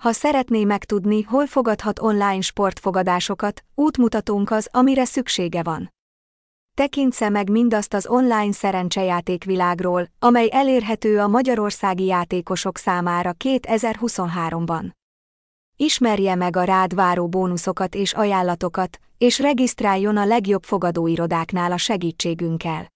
Ha szeretné megtudni, hol fogadhat online sportfogadásokat, útmutatónk az, amire szüksége van. Tekintse meg mindazt az online szerencsejátékvilágról, amely elérhető a magyarországi játékosok számára 2023-ban. Ismerje meg a rád váró bónuszokat és ajánlatokat, és regisztráljon a legjobb fogadóirodáknál a segítségünkkel.